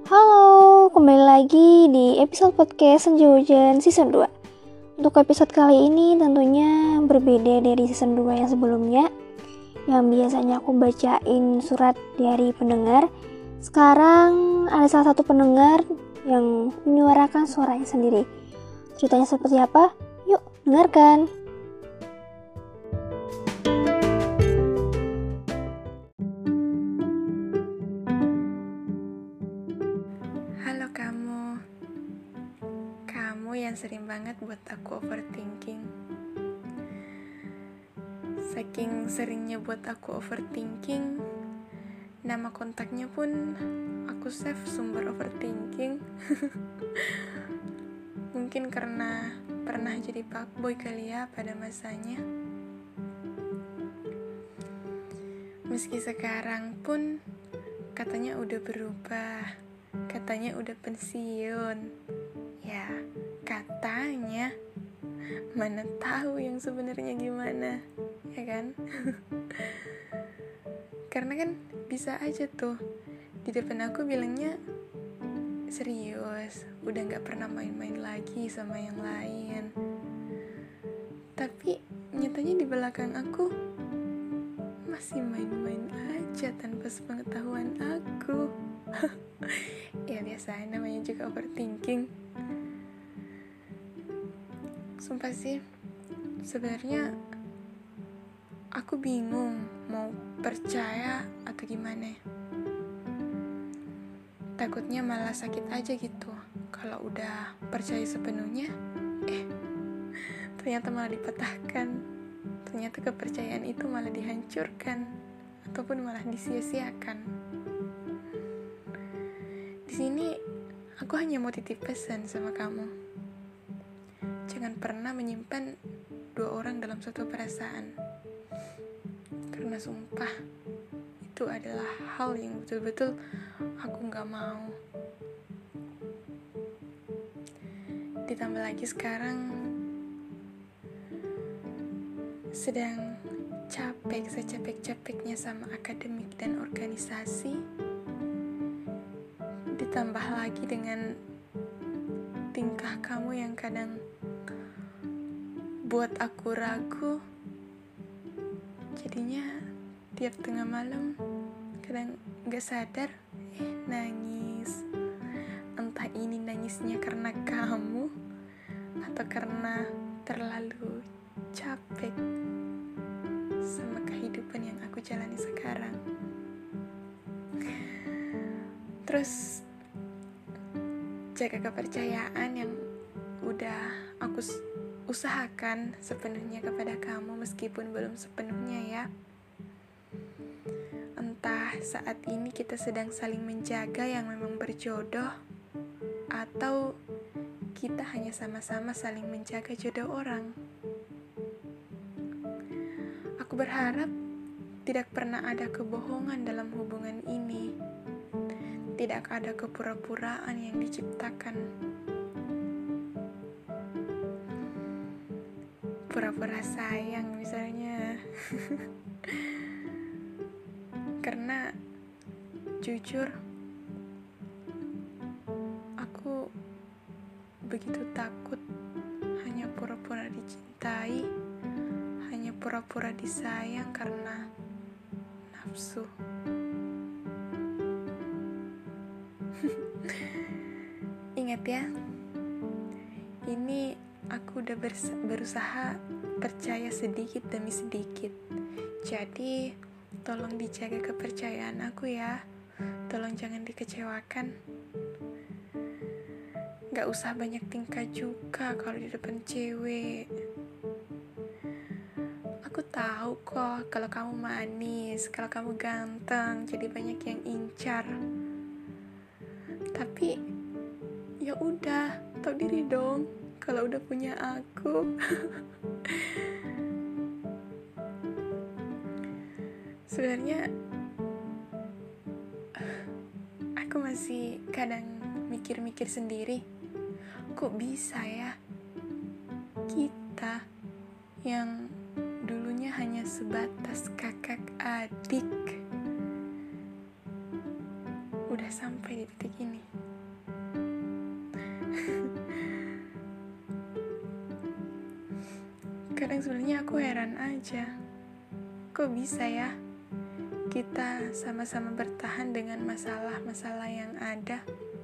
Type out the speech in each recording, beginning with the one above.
Halo, kembali lagi di episode podcast Senja Hujan season 2. Untuk episode kali ini tentunya berbeda dari season 2 yang sebelumnya, yang biasanya aku bacain surat dari pendengar. Sekarang ada salah satu pendengar yang menyuarakan suaranya sendiri. Ceritanya seperti apa? Yuk, dengarkan. Halo kamu yang sering banget buat aku overthinking. Saking seringnya buat aku overthinking, nama kontaknya pun aku save sumber overthinking. Mungkin karena pernah jadi fuckboy kali ya pada masanya. Meski sekarang pun katanya udah berubah, katanya udah pensiun. Ya, katanya. Mana tahu yang sebenarnya gimana, ya kan? Karena kan bisa aja tuh di depan aku bilangnya serius, udah gak pernah main-main lagi sama yang lain. Tapi nyatanya di belakang aku masih main-main aja tanpa sepengetahuan aku. Ya biasa, namanya juga overthinking. Sumpah sih, sebenarnya aku bingung mau percaya atau gimana. Takutnya malah sakit aja gitu kalau udah percaya sepenuhnya, ternyata malah dipatahkan. Ternyata kepercayaan itu malah dihancurkan ataupun malah disia-siakan. Di sini aku hanya mau titip pesan sama kamu. Jangan pernah menyimpan dua orang dalam satu perasaan. Karena sumpah, itu adalah hal yang betul-betul aku gak mau. Ditambah lagi sekarang sedang capek secapek-capeknya sama akademik dan organisasi. Ditambah lagi dengan tingkah kamu yang kadang buat aku ragu. Jadinya tiap tengah malam kadang gak sadar nangis. Entah ini nangisnya karena kamu atau karena terlalu capek sama kehidupan yang aku jalani sekarang. Terus jaga kepercayaan yang udah aku usahakan sepenuhnya kepada kamu, meskipun belum sepenuhnya ya. Entah saat ini kita sedang saling menjaga yang memang berjodoh, atau kita hanya sama-sama saling menjaga jodoh orang. Aku berharap tidak pernah ada kebohongan dalam hubungan ini. Tidak ada kepura-puraan yang diciptakan. Pura-pura sayang misalnya. Karena jujur aku begitu takut hanya pura-pura dicintai, hanya pura-pura disayang karena nafsu. Ingat ya, ini aku udah berusaha percaya sedikit demi sedikit. Jadi tolong dijaga kepercayaan aku ya. Tolong jangan dikecewakan. Gak usah banyak tingkah juga kalau di depan cewek. Aku tahu kok kalau kamu manis, kalau kamu ganteng, jadi banyak yang incar. Tapi ya udah, tahu diri dong kalau udah punya aku. Sebenarnya aku masih kadang mikir-mikir sendiri, kok bisa ya kita yang dulunya hanya sebatas kakak adik udah udah sampai di titik ini. Kadang sebenarnya aku heran aja, kok bisa ya kita sama-sama bertahan dengan masalah-masalah yang ada.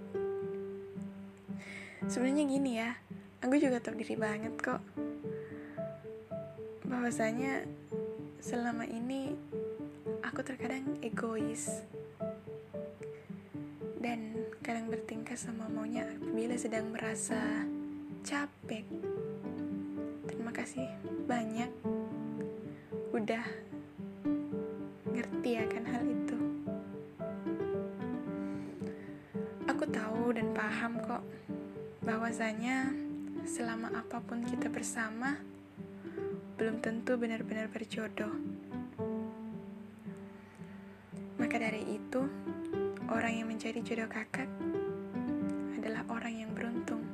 Sebenarnya gini ya, aku juga tahu diri banget kok, bahwasanya selama ini aku terkadang egois dan kadang bertingkah sama maunya apabila sedang merasa capek. Terima kasih banyak udah ngerti akan hal itu. Aku tahu dan paham kok bahwasanya selama apapun kita bersama belum tentu benar-benar berjodoh. Maka dari itu, orang yang menjadi jodoh kakak adalah orang yang beruntung.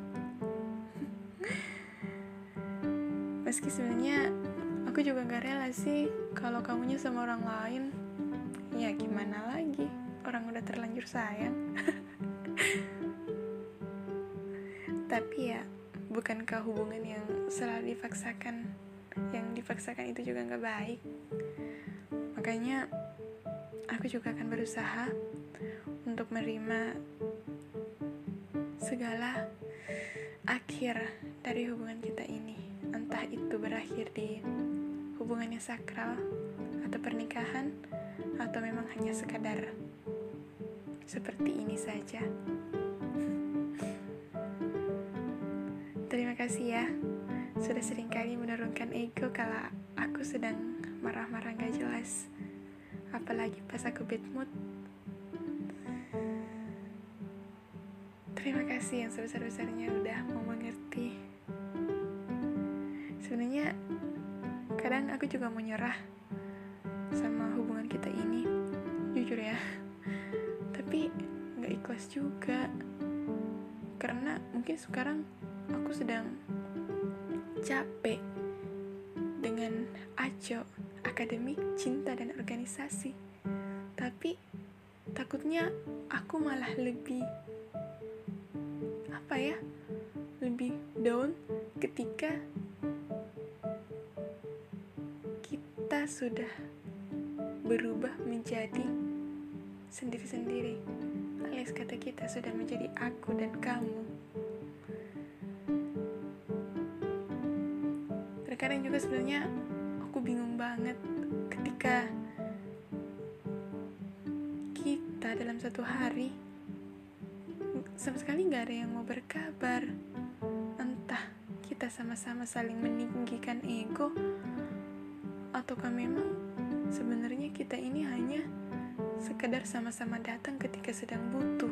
Meski sebenarnya aku juga gak rela sih kalau kamunya sama orang lain. Ya gimana lagi, orang udah terlanjur sayang. Tapi ya, bukankah hubungan yang selalu dipaksakan, yang dipaksakan itu juga gak baik. Makanya aku juga akan berusaha untuk menerima segala akhir dari hubungan kita ini. Entah itu berakhir di hubungan yang sakral atau pernikahan, atau memang hanya sekadar seperti ini saja. Terima kasih ya, sudah seringkali menurunkan ego kalau aku sedang marah-marah gak jelas, apalagi pas aku bad mood. Terima kasih yang sebesar-besarnya udah mau mengerti. Sebenarnya kadang aku juga mau nyerah sama hubungan kita ini, jujur ya. Tapi gak ikhlas juga, karena mungkin sekarang aku sedang capek dengan ajo, akademik, cinta, dan organisasi. Tapi takutnya aku malah lebih down ketika kita sudah berubah menjadi sendiri-sendiri, alias kata kita sudah menjadi aku dan kamu. Terkadang juga sebenarnya aku bingung banget ketika kita dalam satu hari sama sekali gak ada yang mau berkabar. Entah kita sama-sama saling meninggikan ego, ataukah memang sebenarnya kita ini hanya sekedar sama-sama datang ketika sedang butuh.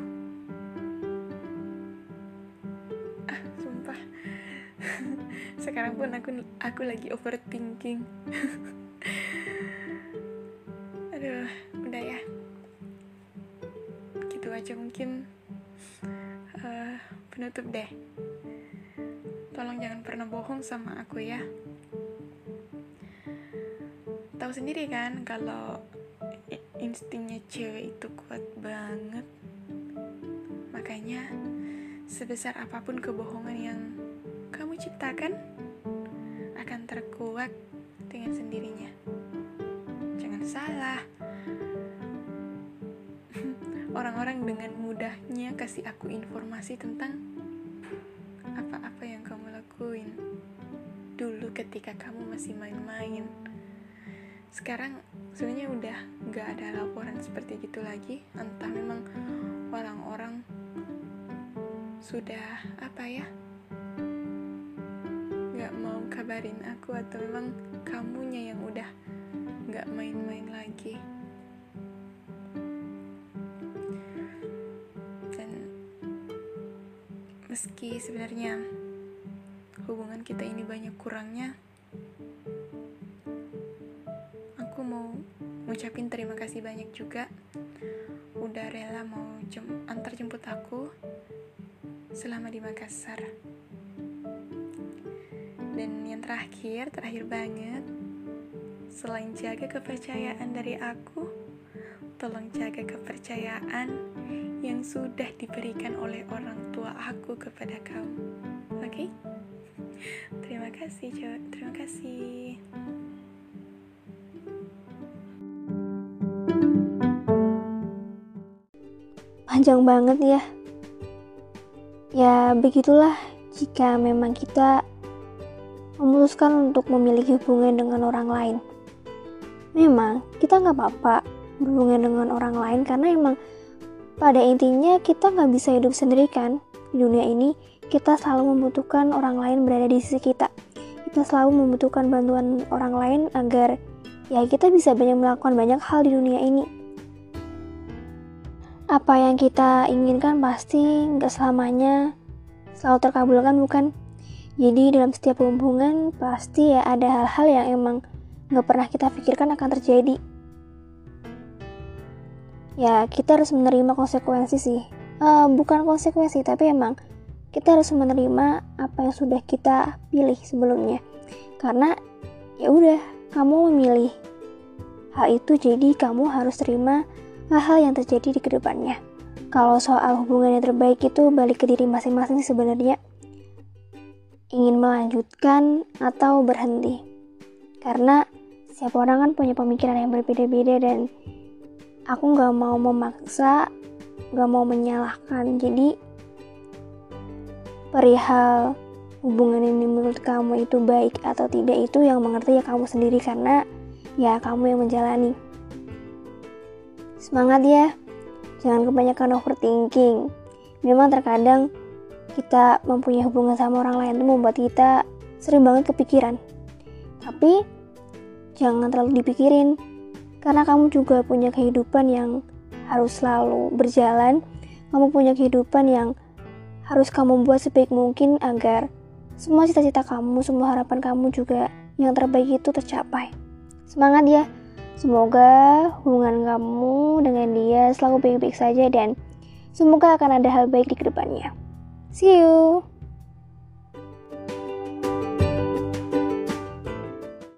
Sumpah sekarang pun aku lagi overthinking. Aduh, udah ya, gitu aja mungkin. Penutup deh, tolong jangan pernah bohong sama aku ya. Tahu sendiri kan kalau instingnya cewek itu kuat banget. Makanya sebesar apapun kebohongan yang kamu ciptakan akan terkuak dengan sendirinya. Jangan salah, orang-orang dengan mudahnya kasih aku informasi tentang apa-apa yang kamu lakuin dulu ketika kamu masih main-main. Sekarang sebenarnya udah gak ada laporan seperti gitu lagi. Entah memang orang-orang sudah gak mau kabarin aku, atau memang kamunya yang udah gak main-main lagi. Dan meski sebenarnya hubungan kita ini banyak kurangnya, aku mau ngucapin terima kasih banyak juga udah rela mau antar jemput aku selama di Makassar. Dan yang terakhir banget, selain jaga kepercayaan dari aku, tolong jaga kepercayaan yang sudah diberikan oleh orang tua aku kepada kamu. Oke? Terima kasih, terima kasih. Panjang banget ya. Ya begitulah jika memang kita memutuskan untuk memiliki hubungan dengan orang lain. Memang kita gak apa-apa berhubungan dengan orang lain karena emang pada intinya kita gak bisa hidup sendiri kan. Di dunia ini kita selalu membutuhkan orang lain berada di sisi kita. Kita selalu membutuhkan bantuan orang lain agar ya kita bisa melakukan banyak hal di dunia ini. Apa yang kita inginkan pasti gak selamanya selalu terkabulkan, bukan? Jadi dalam setiap hubungan pasti ya ada hal-hal yang emang gak pernah kita pikirkan akan terjadi. Ya kita harus menerima konsekuensi sih. Bukan konsekuensi, tapi emang kita harus menerima apa yang sudah kita pilih sebelumnya. Karena ya udah, kamu memilih hal itu, jadi kamu harus terima hal-hal yang terjadi di kedepannya. Kalau soal hubungan yang terbaik itu balik ke diri masing-masing sebenarnya. Ingin melanjutkan atau berhenti. Karena setiap orang kan punya pemikiran yang berbeda-beda dan aku gak mau memaksa, gak mau menyalahkan. Jadi perihal hubungan ini menurut kamu itu baik atau tidak itu yang mengerti ya kamu sendiri, karena ya kamu yang menjalani. Semangat ya, jangan kebanyakan overthinking. Memang terkadang kita mempunyai hubungan sama orang lain itu membuat kita sering banget kepikiran. Tapi jangan terlalu dipikirin, karena kamu juga punya kehidupan yang harus selalu berjalan. Kamu punya kehidupan yang harus kamu buat sebaik mungkin agar semua cita-cita kamu, semua harapan kamu juga yang terbaik itu tercapai. Semangat ya. Semoga hubungan kamu dengan dia selalu baik-baik saja dan semoga akan ada hal baik di kedepannya. See you!